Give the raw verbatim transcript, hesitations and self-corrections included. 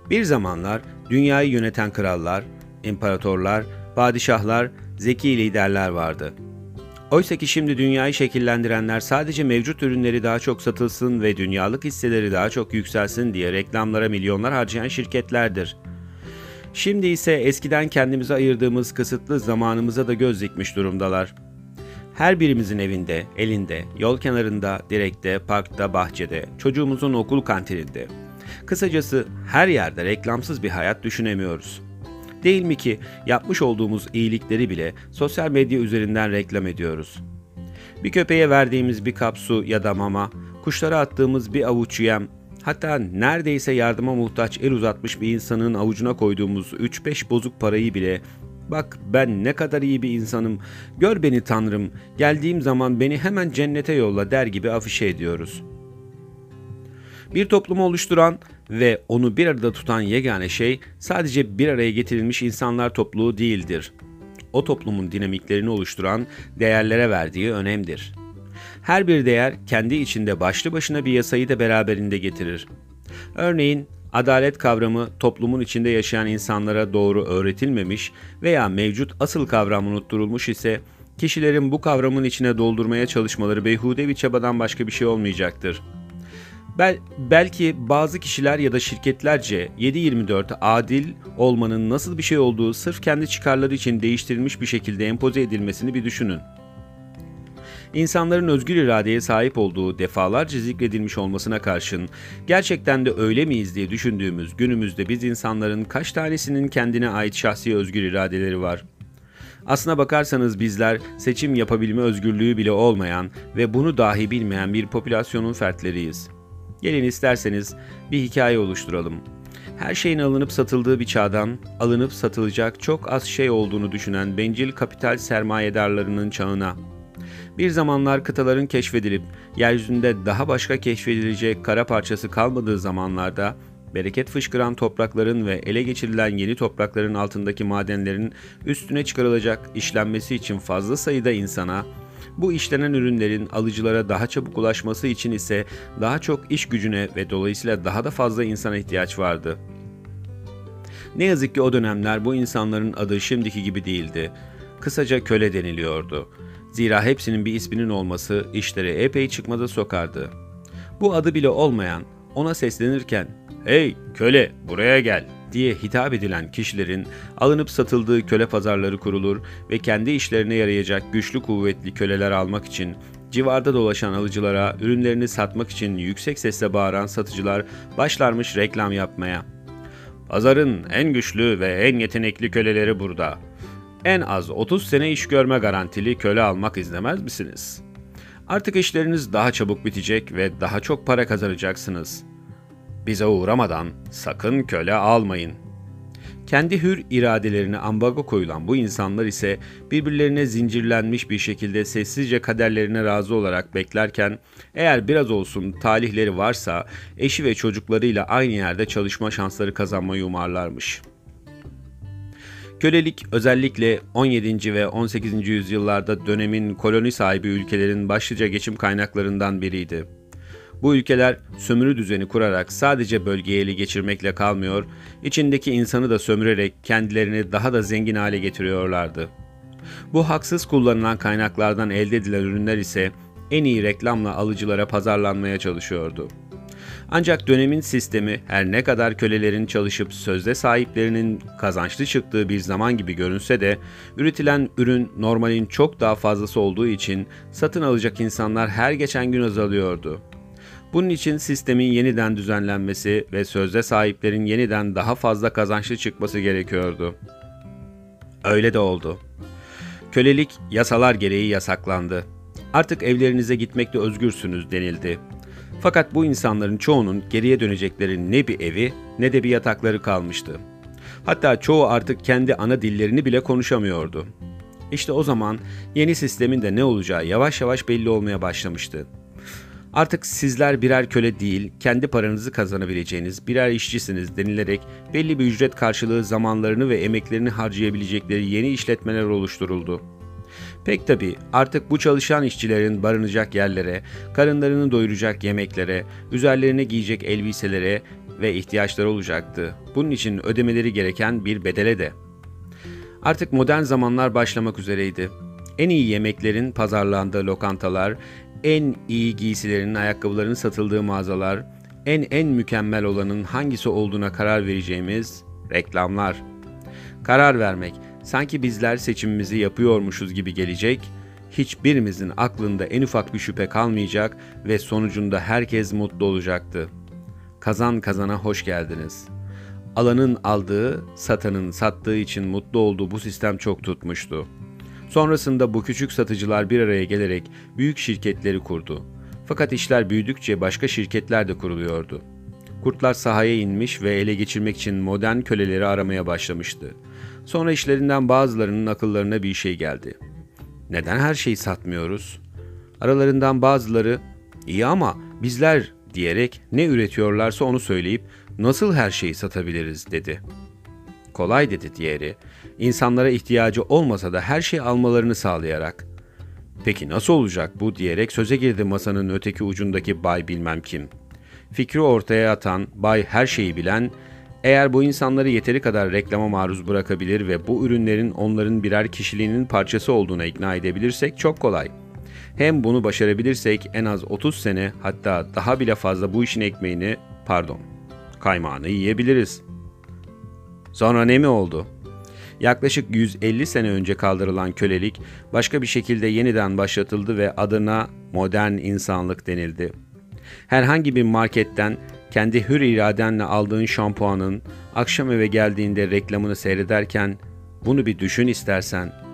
Bir zamanlar dünyayı yöneten krallar, imparatorlar, padişahlar, zeki liderler vardı. Oysa ki şimdi dünyayı şekillendirenler sadece mevcut ürünleri daha çok satılsın ve dünyalık hisseleri daha çok yükselsin diye reklamlara milyonlar harcayan şirketlerdir. Şimdi ise eskiden kendimize ayırdığımız kısıtlı zamanımıza da göz dikmiş durumdalar. Her birimizin evinde, elinde, yol kenarında, direkte, parkta, bahçede, çocuğumuzun okul kantininde. Kısacası her yerde reklamsız bir hayat düşünemiyoruz. Değil mi ki yapmış olduğumuz iyilikleri bile sosyal medya üzerinden reklam ediyoruz. Bir köpeğe verdiğimiz bir kap su ya da mama, kuşlara attığımız bir avuç yem, hatta neredeyse yardıma muhtaç el uzatmış bir insanın avucuna koyduğumuz üç beş bozuk parayı bile "Bak ben ne kadar iyi bir insanım, gör beni Tanrım, geldiğim zaman beni hemen cennete yolla" der gibi afişe ediyoruz. Bir toplumu oluşturan ve onu bir arada tutan yegane şey sadece bir araya getirilmiş insanlar topluluğu değildir. O toplumun dinamiklerini oluşturan değerlere verdiği önemdir. Her bir değer kendi içinde başlı başına bir yasayı da beraberinde getirir. Örneğin adalet kavramı toplumun içinde yaşayan insanlara doğru öğretilmemiş veya mevcut asıl kavram unutturulmuş ise kişilerin bu kavramın içine doldurmaya çalışmaları beyhude bir çabadan başka bir şey olmayacaktır. Bel belki bazı kişiler ya da şirketlerce yedi yirmi dört adil olmanın nasıl bir şey olduğu sırf kendi çıkarları için değiştirilmiş bir şekilde empoze edilmesini bir düşünün. İnsanların özgür iradeye sahip olduğu defalarca zikredilmiş olmasına karşın gerçekten de öyle miyiz diye düşündüğümüz günümüzde biz insanların kaç tanesinin kendine ait şahsi özgür iradeleri var? Aslına bakarsanız bizler seçim yapabilme özgürlüğü bile olmayan ve bunu dahi bilmeyen bir popülasyonun fertleriyiz. Gelin isterseniz bir hikaye oluşturalım. Her şeyin alınıp satıldığı bir çağdan, alınıp satılacak çok az şey olduğunu düşünen bencil kapital sermayedarlarının çağına. Bir zamanlar kıtaların keşfedilip yeryüzünde daha başka keşfedilecek kara parçası kalmadığı zamanlarda bereket fışkıran toprakların ve ele geçirilen yeni toprakların altındaki madenlerin üstüne çıkarılacak işlenmesi için fazla sayıda insana, bu işlenen ürünlerin alıcılara daha çabuk ulaşması için ise daha çok iş gücüne ve dolayısıyla daha da fazla insana ihtiyaç vardı. Ne yazık ki o dönemler bu insanların adı şimdiki gibi değildi. Kısaca köle deniliyordu. Zira hepsinin bir isminin olması işleri epey çıkmaza sokardı. Bu adı bile olmayan, ona seslenirken "Hey köle, buraya gel" diye hitap edilen kişilerin alınıp satıldığı köle pazarları kurulur ve kendi işlerine yarayacak güçlü kuvvetli köleler almak için civarda dolaşan alıcılara ürünlerini satmak için yüksek sesle bağıran satıcılar başlarmış reklam yapmaya. "Pazarın en güçlü ve en yetenekli köleleri burada. En az otuz sene iş görme garantili köle almak istemez misiniz? Artık işleriniz daha çabuk bitecek ve daha çok para kazanacaksınız. Bize uğramadan sakın köle almayın." Kendi hür iradelerine ambargo koyulan bu insanlar ise birbirlerine zincirlenmiş bir şekilde sessizce kaderlerine razı olarak beklerken eğer biraz olsun talihleri varsa eşi ve çocuklarıyla aynı yerde çalışma şansları kazanmayı umarlarmış. Kölelik özellikle on yedinci ve on sekizinci yüzyıllarda dönemin koloni sahibi ülkelerin başlıca geçim kaynaklarından biriydi. Bu ülkeler sömürü düzeni kurarak sadece bölgeyi ele geçirmekle kalmıyor, içindeki insanı da sömürerek kendilerini daha da zengin hale getiriyorlardı. Bu haksız kullanılan kaynaklardan elde edilen ürünler ise en iyi reklamla alıcılara pazarlanmaya çalışıyordu. Ancak dönemin sistemi her ne kadar kölelerin çalışıp sözde sahiplerinin kazançlı çıktığı bir zaman gibi görünse de üretilen ürün normalin çok daha fazlası olduğu için satın alacak insanlar her geçen gün azalıyordu. Bunun için sistemin yeniden düzenlenmesi ve sözde sahiplerin yeniden daha fazla kazançlı çıkması gerekiyordu. Öyle de oldu. Kölelik yasalar gereği yasaklandı. Artık evlerinize gitmekte özgürsünüz denildi. Fakat bu insanların çoğunun geriye dönecekleri ne bir evi ne de bir yatakları kalmıştı. Hatta çoğu artık kendi ana dillerini bile konuşamıyordu. İşte o zaman yeni sistemin de ne olacağı yavaş yavaş belli olmaya başlamıştı. Artık sizler birer köle değil, kendi paranızı kazanabileceğiniz birer işçisiniz denilerek belli bir ücret karşılığı zamanlarını ve emeklerini harcayabilecekleri yeni işletmeler oluşturuldu. Pek tabii artık bu çalışan işçilerin barınacak yerlere, karınlarını doyuracak yemeklere, üzerlerine giyecek elbiselere, ve ihtiyaçları olacaktı. Bunun için ödemeleri gereken bir bedele de. Artık modern zamanlar başlamak üzereydi. En iyi yemeklerin pazarlandığı lokantalar, en iyi giysilerin, ayakkabıların satıldığı mağazalar, en en mükemmel olanın hangisi olduğuna karar vereceğimiz reklamlar. Karar vermek, sanki bizler seçimimizi yapıyormuşuz gibi gelecek, hiçbirimizin aklında en ufak bir şüphe kalmayacak ve sonucunda herkes mutlu olacaktı. Kazan kazana hoş geldiniz. Alanın aldığı, satanın sattığı için mutlu olduğu bu sistem çok tutmuştu. Sonrasında bu küçük satıcılar bir araya gelerek büyük şirketleri kurdu. Fakat işler büyüdükçe başka şirketler de kuruluyordu. Kurtlar sahaya inmiş ve ele geçirmek için modern köleleri aramaya başlamıştı. Sonra işlerinden bazılarının akıllarına bir şey geldi. Neden her şeyi satmıyoruz? Aralarından bazıları, iyi ama bizler diyerek ne üretiyorlarsa onu söyleyip nasıl her şeyi satabiliriz dedi. Kolay dedi diğeri, insanlara ihtiyacı olmasa da her şeyi almalarını sağlayarak. Peki nasıl olacak bu diyerek söze girdi masanın öteki ucundaki bay bilmem kim. Fikri ortaya atan, bay her şeyi bilen, eğer bu insanları yeteri kadar reklama maruz bırakabilir ve bu ürünlerin onların birer kişiliğinin parçası olduğuna ikna edebilirsek çok kolay. Hem bunu başarabilirsek en az otuz sene, hatta daha bile fazla bu işin ekmeğini, pardon, kaymağını yiyebiliriz. Sonra ne mi oldu? Yaklaşık yüz elli sene önce kaldırılan kölelik başka bir şekilde yeniden başlatıldı ve adına modern insanlık denildi. Herhangi bir marketten kendi hür iradenle aldığın şampuanın akşam eve geldiğinde reklamını seyrederken bunu bir düşün istersen.